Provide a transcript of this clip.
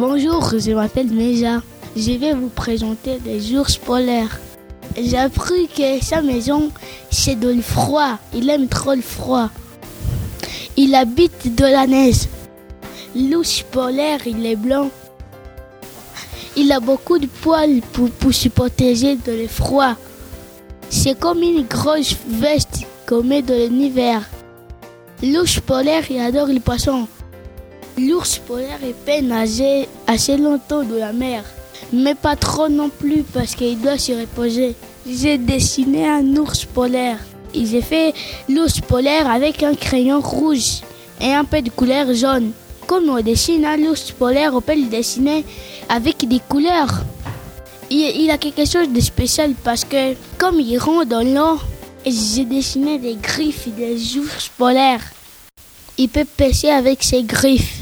Bonjour, je m'appelle Meja. Je vais vous présenter des ours polaires. J'ai appris que sa maison, c'est dans le froid. Il aime trop le froid. Il habite dans la neige. L'ours polaire, il est blanc. Il a beaucoup de poils pour se protéger de le froid. C'est comme une grosse veste qu'on met dans l'hiver. L'ours polaire, il adore les poissons. L'ours polaire, il peut nager assez longtemps dans la mer. Mais pas trop non plus parce qu'il doit se reposer. J'ai dessiné un ours polaire. Et j'ai fait l'ours polaire avec un crayon rouge et un peu de couleur jaune. Comme on dessine un ours polaire, on peut le dessiner avec des couleurs. Il a quelque chose de spécial parce que comme il rentre dans l'eau, j'ai dessiné des griffes des ours polaires. Il peut pêcher avec ses griffes.